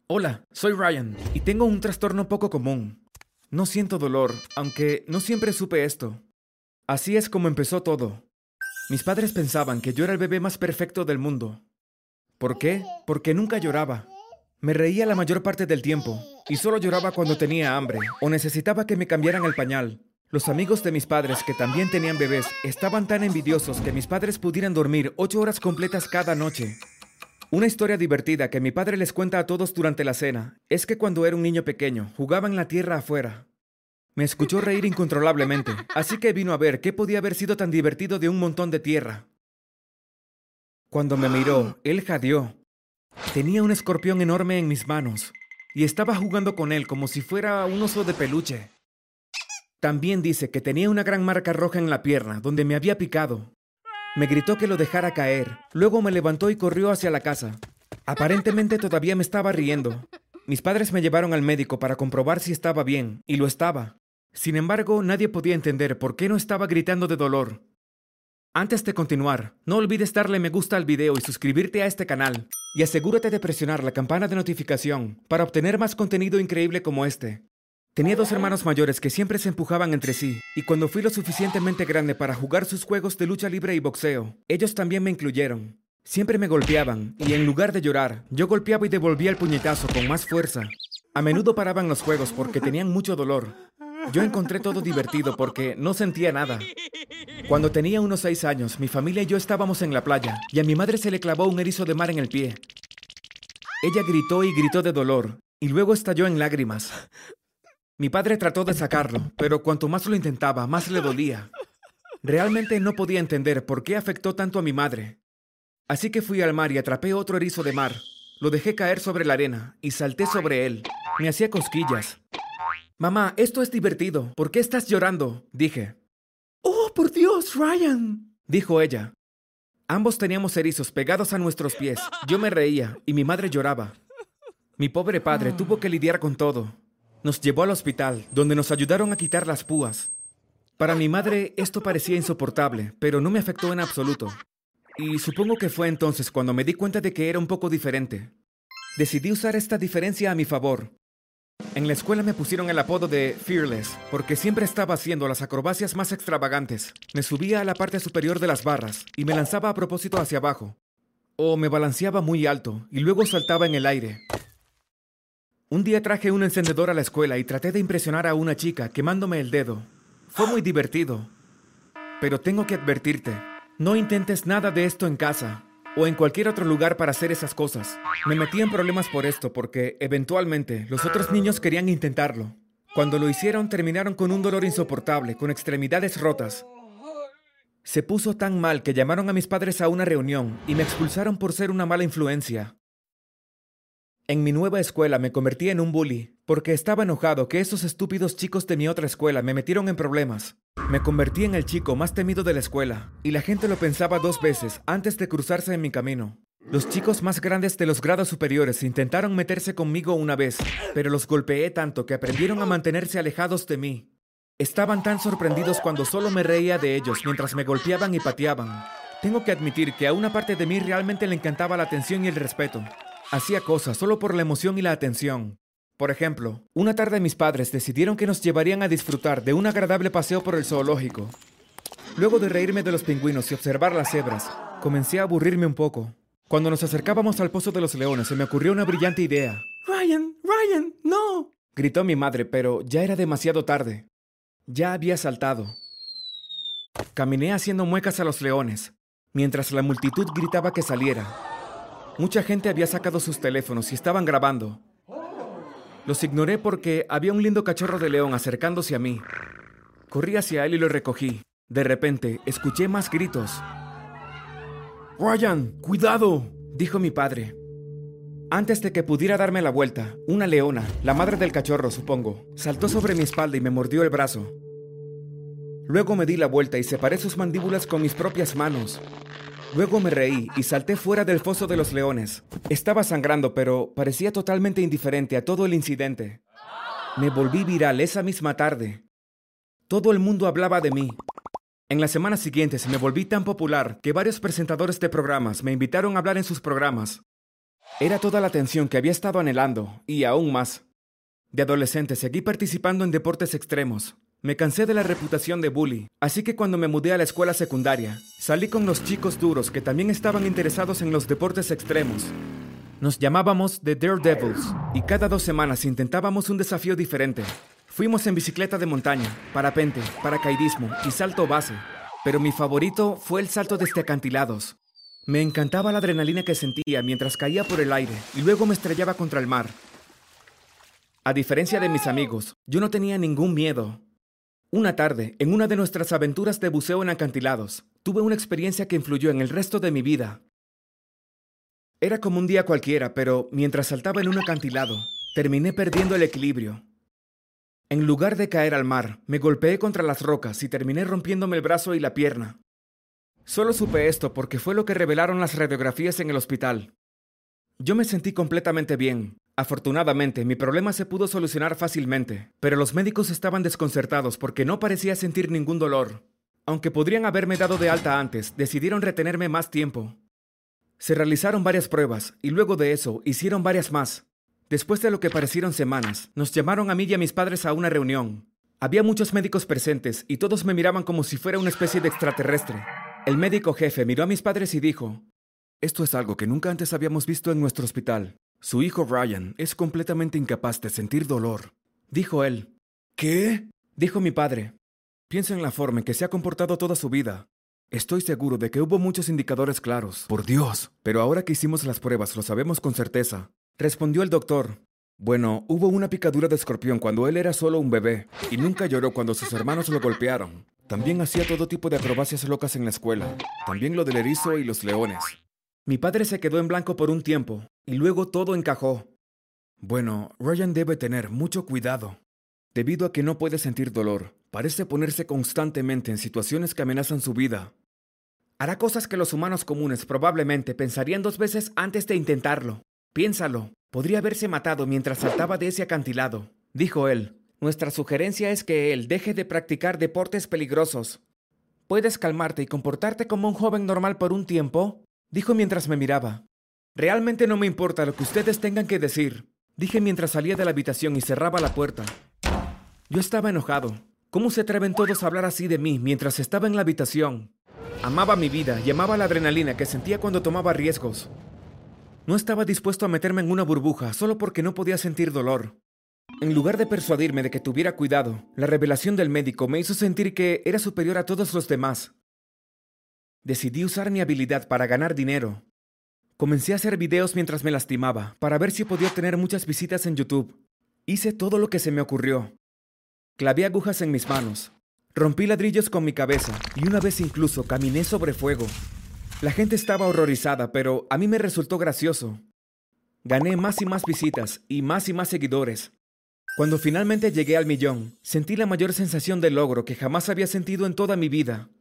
Hola, soy Ryan y tengo un trastorno poco común. No siento dolor, aunque no siempre supe esto. Así es como empezó todo. Mis padres pensaban que yo era el bebé más perfecto del mundo. ¿Por qué? Porque nunca lloraba. Me reía la mayor parte del tiempo y solo lloraba cuando tenía hambre o necesitaba que me cambiaran el pañal. Los amigos de mis padres, que también tenían bebés, estaban tan envidiosos que mis padres pudieran dormir 8 horas completas cada noche. Una historia divertida que mi padre les cuenta a todos durante la cena es que cuando era un niño pequeño, jugaba en la tierra afuera. Me escuchó reír incontrolablemente, así que vino a ver qué podía haber sido tan divertido de un montón de tierra. Cuando me miró, él jadeó. Tenía un escorpión enorme en mis manos y estaba jugando con él como si fuera un oso de peluche. También dice que tenía una gran marca roja en la pierna donde me había picado. Me gritó que lo dejara caer, luego me levantó y corrió hacia la casa. Aparentemente todavía me estaba riendo. Mis padres me llevaron al médico para comprobar si estaba bien, y lo estaba. Sin embargo, nadie podía entender por qué no estaba gritando de dolor. Antes de continuar, no olvides darle me gusta al video y suscribirte a este canal. Y asegúrate de presionar la campana de notificación para obtener más contenido increíble como este. Tenía 2 hermanos mayores que siempre se empujaban entre sí, y cuando fui lo suficientemente grande para jugar sus juegos de lucha libre y boxeo, ellos también me incluyeron. Siempre me golpeaban, y en lugar de llorar, yo golpeaba y devolvía el puñetazo con más fuerza. A menudo paraban los juegos porque tenían mucho dolor. Yo encontré todo divertido porque no sentía nada. Cuando tenía unos 6 años, mi familia y yo estábamos en la playa, y a mi madre se le clavó un erizo de mar en el pie. Ella gritó y gritó de dolor, y luego estalló en lágrimas. Mi padre trató de sacarlo, pero cuanto más lo intentaba, más le dolía. Realmente no podía entender por qué afectó tanto a mi madre. Así que fui al mar y atrapé otro erizo de mar. Lo dejé caer sobre la arena y salté sobre él. Me hacía cosquillas. «Mamá, esto es divertido. ¿Por qué estás llorando?», dije. «Oh, por Dios, Ryan», dijo ella. Ambos teníamos erizos pegados a nuestros pies. Yo me reía y mi madre lloraba. Mi pobre padre tuvo que lidiar con todo. Nos llevó al hospital, donde nos ayudaron a quitar las púas. Para mi madre esto parecía insoportable, pero no me afectó en absoluto. Y supongo que fue entonces cuando me di cuenta de que era un poco diferente. Decidí usar esta diferencia a mi favor. En la escuela me pusieron el apodo de Fearless, porque siempre estaba haciendo las acrobacias más extravagantes. Me subía a la parte superior de las barras y me lanzaba a propósito hacia abajo. O me balanceaba muy alto y luego saltaba en el aire. Un día traje un encendedor a la escuela y traté de impresionar a una chica quemándome el dedo. Fue muy divertido. Pero tengo que advertirte, no intentes nada de esto en casa o en cualquier otro lugar para hacer esas cosas. Me metí en problemas por esto porque, eventualmente, los otros niños querían intentarlo. Cuando lo hicieron, terminaron con un dolor insoportable, con extremidades rotas. Se puso tan mal que llamaron a mis padres a una reunión y me expulsaron por ser una mala influencia. En mi nueva escuela me convertí en un bully, porque estaba enojado que esos estúpidos chicos de mi otra escuela me metieron en problemas. Me convertí en el chico más temido de la escuela, y la gente lo pensaba 2 veces antes de cruzarse en mi camino. Los chicos más grandes de los grados superiores intentaron meterse conmigo una vez, pero los golpeé tanto que aprendieron a mantenerse alejados de mí. Estaban tan sorprendidos cuando solo me reía de ellos mientras me golpeaban y pateaban. Tengo que admitir que a una parte de mí realmente le encantaba la atención y el respeto. Hacía cosas solo por la emoción y la atención. Por ejemplo, una tarde mis padres decidieron que nos llevarían a disfrutar de un agradable paseo por el zoológico. Luego de reírme de los pingüinos y observar las cebras, comencé a aburrirme un poco. Cuando nos acercábamos al Pozo de los Leones, se me ocurrió una brillante idea. «Ryan, no», gritó mi madre, pero ya era demasiado tarde. Ya había saltado. Caminé haciendo muecas a los leones, mientras la multitud gritaba que saliera. Mucha gente había sacado sus teléfonos y estaban grabando. Los ignoré porque había un lindo cachorro de león acercándose a mí. Corrí hacia él y lo recogí. De repente, escuché más gritos. «Ryan, cuidado», dijo mi padre. Antes de que pudiera darme la vuelta, una leona, la madre del cachorro, supongo, saltó sobre mi espalda y me mordió el brazo. Luego me di la vuelta y separé sus mandíbulas con mis propias manos. Luego me reí y salté fuera del foso de los leones. Estaba sangrando, pero parecía totalmente indiferente a todo el incidente. Me volví viral esa misma tarde. Todo el mundo hablaba de mí. En las semanas siguientes me volví tan popular que varios presentadores de programas me invitaron a hablar en sus programas. Era toda la atención que había estado anhelando, y aún más. De adolescente seguí participando en deportes extremos. Me cansé de la reputación de bully, así que cuando me mudé a la escuela secundaria, salí con los chicos duros que también estaban interesados en los deportes extremos. Nos llamábamos The Daredevils, y cada 2 semanas intentábamos un desafío diferente. Fuimos en bicicleta de montaña, parapente, paracaidismo y salto base, pero mi favorito fue el salto desde acantilados. Me encantaba la adrenalina que sentía mientras caía por el aire y luego me estrellaba contra el mar. A diferencia de mis amigos, yo no tenía ningún miedo. Una tarde, en una de nuestras aventuras de buceo en acantilados, tuve una experiencia que influyó en el resto de mi vida. Era como un día cualquiera, pero mientras saltaba en un acantilado, terminé perdiendo el equilibrio. En lugar de caer al mar, me golpeé contra las rocas y terminé rompiéndome el brazo y la pierna. Solo supe esto porque fue lo que revelaron las radiografías en el hospital. Yo me sentí completamente bien. Afortunadamente, mi problema se pudo solucionar fácilmente, pero los médicos estaban desconcertados porque no parecía sentir ningún dolor. Aunque podrían haberme dado de alta antes, decidieron retenerme más tiempo. Se realizaron varias pruebas y luego de eso hicieron varias más. Después de lo que parecieron semanas, nos llamaron a mí y a mis padres a una reunión. Había muchos médicos presentes y todos me miraban como si fuera una especie de extraterrestre. El médico jefe miró a mis padres y dijo: «Esto es algo que nunca antes habíamos visto en nuestro hospital. Su hijo Ryan es completamente incapaz de sentir dolor», dijo él. «¿Qué?», dijo mi padre. «Piensa en la forma en que se ha comportado toda su vida. Estoy seguro de que hubo muchos indicadores claros. Por Dios. Pero ahora que hicimos las pruebas lo sabemos con certeza», respondió el doctor. «Bueno, hubo una picadura de escorpión cuando él era solo un bebé y nunca lloró cuando sus hermanos lo golpearon. También hacía todo tipo de acrobacias locas en la escuela. También lo del erizo y los leones». Mi padre se quedó en blanco por un tiempo y luego todo encajó. «Bueno, Ryan debe tener mucho cuidado. Debido a que no puede sentir dolor, parece ponerse constantemente en situaciones que amenazan su vida. Hará cosas que los humanos comunes probablemente pensarían 2 veces antes de intentarlo. Piénsalo, podría haberse matado mientras saltaba de ese acantilado», dijo él. «Nuestra sugerencia es que él deje de practicar deportes peligrosos. ¿Puedes calmarte y comportarte como un joven normal por un tiempo?», dijo mientras me miraba. «Realmente no me importa lo que ustedes tengan que decir», dije mientras salía de la habitación y cerraba la puerta. Yo estaba enojado. ¿Cómo se atreven todos a hablar así de mí mientras estaba en la habitación? Amaba mi vida y amaba la adrenalina que sentía cuando tomaba riesgos. No estaba dispuesto a meterme en una burbuja solo porque no podía sentir dolor. En lugar de persuadirme de que tuviera cuidado, la revelación del médico me hizo sentir que era superior a todos los demás. Decidí usar mi habilidad para ganar dinero. Comencé a hacer videos mientras me lastimaba, para ver si podía tener muchas visitas en YouTube. Hice todo lo que se me ocurrió. Clavé agujas en mis manos. Rompí ladrillos con mi cabeza, y una vez incluso caminé sobre fuego. La gente estaba horrorizada, pero a mí me resultó gracioso. Gané más y más visitas, y más seguidores. Cuando finalmente llegué al 1,000,000, sentí la mayor sensación de logro que jamás había sentido en toda mi vida.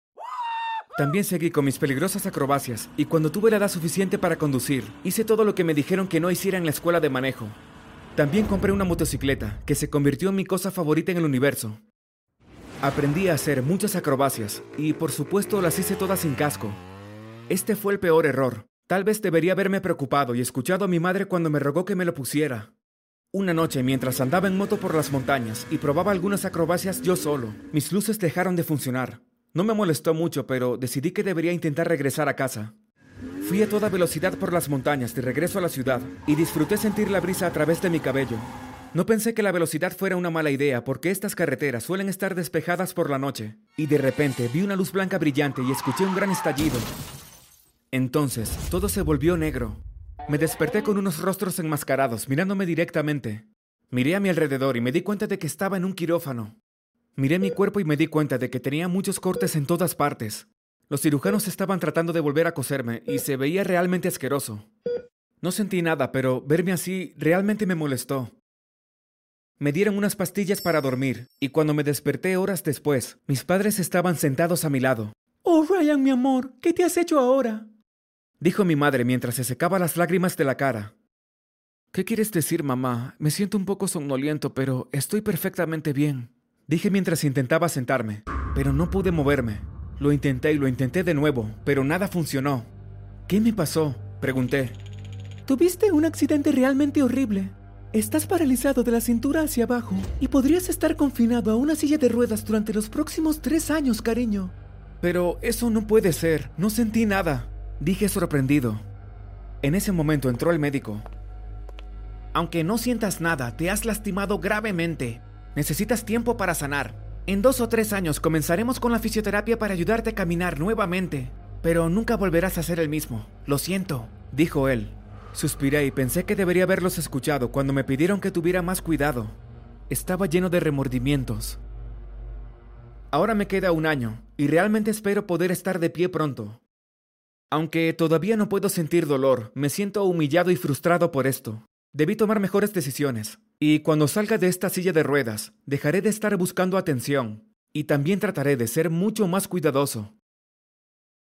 También seguí con mis peligrosas acrobacias, y cuando tuve la edad suficiente para conducir, hice todo lo que me dijeron que no hiciera en la escuela de manejo. También compré una motocicleta, que se convirtió en mi cosa favorita en el universo. Aprendí a hacer muchas acrobacias, y por supuesto las hice todas sin casco. Este fue el peor error. Tal vez debería haberme preocupado y escuchado a mi madre cuando me rogó que me lo pusiera. Una noche, mientras andaba en moto por las montañas y probaba algunas acrobacias yo solo, mis luces dejaron de funcionar. No me molestó mucho, pero decidí que debería intentar regresar a casa. Fui a toda velocidad por las montañas de regreso a la ciudad y disfruté sentir la brisa a través de mi cabello. No pensé que la velocidad fuera una mala idea porque estas carreteras suelen estar despejadas por la noche. Y de repente vi una luz blanca brillante y escuché un gran estallido. Entonces, todo se volvió negro. Me desperté con unos rostros enmascarados mirándome directamente. Miré a mi alrededor y me di cuenta de que estaba en un quirófano. Miré mi cuerpo y me di cuenta de que tenía muchos cortes en todas partes. Los cirujanos estaban tratando de volver a coserme y se veía realmente asqueroso. No sentí nada, pero verme así realmente me molestó. Me dieron unas pastillas para dormir, y cuando me desperté horas después, mis padres estaban sentados a mi lado. «Oh, Ryan, mi amor, ¿qué te has hecho ahora?», dijo mi madre mientras se secaba las lágrimas de la cara. «¿Qué quieres decir, mamá? Me siento un poco somnoliento, pero estoy perfectamente bien», dije mientras intentaba sentarme, pero no pude moverme. Lo intenté y lo intenté de nuevo, pero nada funcionó. «¿Qué me pasó?», pregunté. Tuviste un accidente realmente horrible. Estás paralizado de la cintura hacia abajo y podrías estar confinado a una silla de ruedas durante los próximos 3 años, cariño. Pero eso no puede ser, no sentí nada, dije sorprendido. En ese momento entró el médico. Aunque no sientas nada, te has lastimado gravemente. Necesitas tiempo para sanar. En 2 o 3 años comenzaremos con la fisioterapia para ayudarte a caminar nuevamente. Pero nunca volverás a ser el mismo. Lo siento, dijo él. Suspiré y pensé que debería haberlos escuchado cuando me pidieron que tuviera más cuidado. Estaba lleno de remordimientos. Ahora me queda 1 año, y realmente espero poder estar de pie pronto. Aunque todavía no puedo sentir dolor, me siento humillado y frustrado por esto. Debí tomar mejores decisiones, y cuando salga de esta silla de ruedas, dejaré de estar buscando atención, y también trataré de ser mucho más cuidadoso.